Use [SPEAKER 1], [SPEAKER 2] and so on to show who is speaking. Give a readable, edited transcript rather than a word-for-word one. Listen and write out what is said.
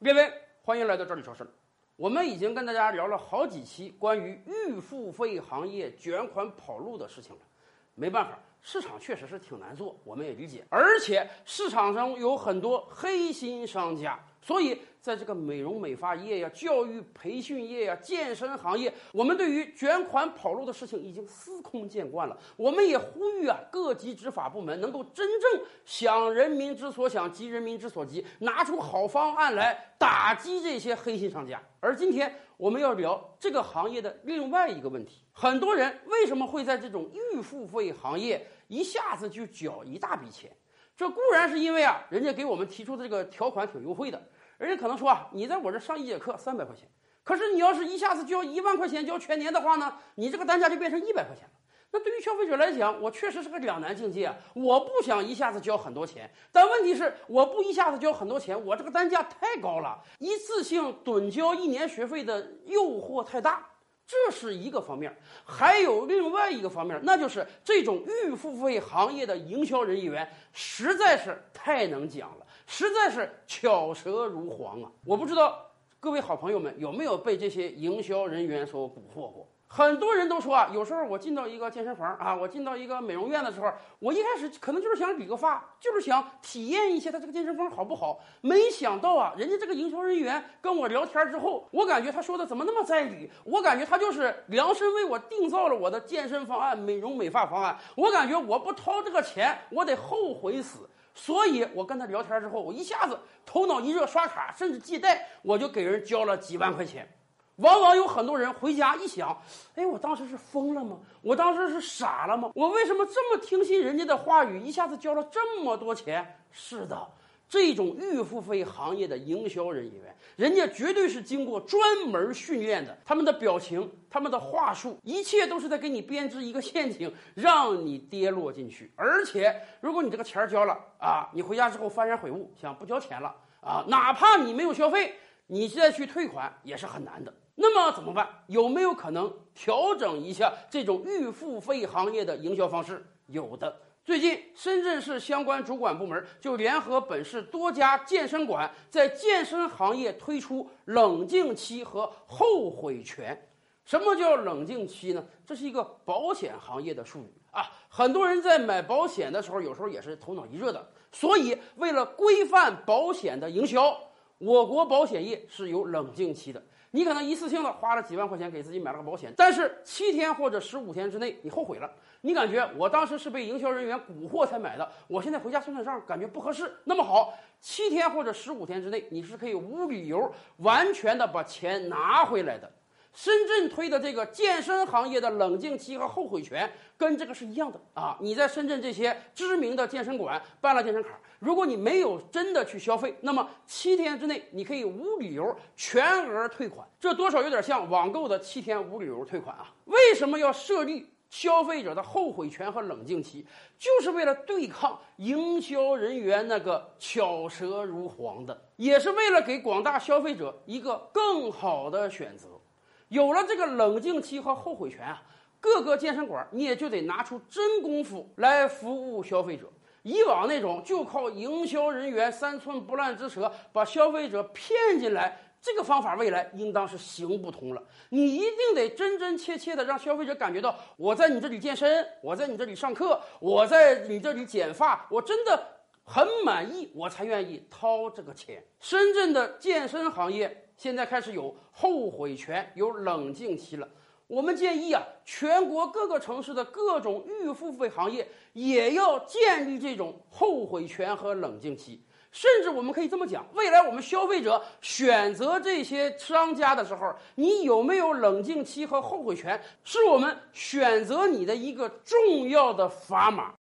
[SPEAKER 1] 列位，欢迎来到这里说事儿。我们已经跟大家聊了好几期关于预付费行业卷款跑路的事情了。没办法，市场确实是挺难做，我们也理解。而且市场上有很多黑心商家，所以在这个美容美发业呀、教育培训业呀、健身行业，我们对于卷款跑路的事情已经司空见惯了。我们也呼吁各级执法部门能够真正想人民之所想、急人民之所急，拿出好方案来打击这些黑心商家。而今天我们要聊这个行业的另外一个问题：很多人为什么会在这种预付费行业一下子就缴一大笔钱？这固然是因为人家给我们提出的这个条款挺优惠的。人家可能说你在我这上一节课300块钱，可是你要是一下子交1万块钱交全年的话呢，你这个单价就变成100块钱了。那对于消费者来讲，我确实是个两难境界我不想一下子交很多钱，但问题是我不一下子交很多钱，我这个单价太高了，一次性趸交1年学费的诱惑太大。这是一个方面，还有另外一个方面，那就是这种预付费行业的营销人员实在是太能讲了，实在是巧舌如簧我不知道各位好朋友们有没有被这些营销人员所蛊惑过。很多人都说有时候我进到一个健身房我进到一个美容院的时候，我一开始可能就是想理个发，就是想体验一下他这个健身房好不好。没想到人家这个营销人员跟我聊天之后，我感觉他说的怎么那么在理，我感觉他就是量身为我定造了我的健身方案、美容美发方案，我感觉我不掏这个钱我得后悔死。所以我跟他聊天之后，我一下子头脑一热，刷卡甚至借贷，我就给人交了几万块钱。往往有很多人回家一想，我当时是疯了吗？我当时是傻了吗？我为什么这么听信人家的话语，一下子交了这么多钱？是的，这种预付费行业的营销人员，人家绝对是经过专门训练的，他们的表情、他们的话术，一切都是在给你编织一个陷阱，让你跌落进去。而且如果你这个钱交了你回家之后幡然悔悟，想不交钱了哪怕你没有消费，你再去退款也是很难的。那么怎么办？有没有可能调整一下这种预付费行业的营销方式？有的。最近深圳市相关主管部门就联合本市多家健身馆，在健身行业推出冷静期和后悔权。什么叫冷静期呢？这是一个保险行业的术语很多人在买保险的时候，有时候也是头脑一热的。所以为了规范保险的营销，我国保险业是有冷静期的。你可能一次性的花了几万块钱给自己买了个保险，但是7天或者15天之内你后悔了，你感觉我当时是被营销人员蛊惑才买的，我现在回家算算账感觉不合适。那么好，7天或者15天之内你是可以无理由完全的把钱拿回来的。深圳推的这个健身行业的冷静期和后悔权跟这个是一样的你在深圳这些知名的健身馆办了健身卡，如果你没有真的去消费，那么7天之内你可以无理由全额退款。这多少有点像网购的7天无理由退款为什么要设立消费者的后悔权和冷静期？就是为了对抗营销人员那个巧舌如簧的，也是为了给广大消费者一个更好的选择。有了这个冷静期和后悔权各个健身馆你也就得拿出真功夫来服务消费者。以往那种就靠营销人员3寸不烂之舌把消费者骗进来，这个方法未来应当是行不通了。你一定得真真切切的让消费者感觉到，我在你这里健身，我在你这里上课，我在你这里剪发，我真的很满意，我才愿意掏这个钱。深圳的健身行业现在开始有后悔权、有冷静期了。我们建议全国各个城市的各种预付费行业也要建立这种后悔权和冷静期。甚至我们可以这么讲，未来我们消费者选择这些商家的时候，你有没有冷静期和后悔权，是我们选择你的一个重要的砝码。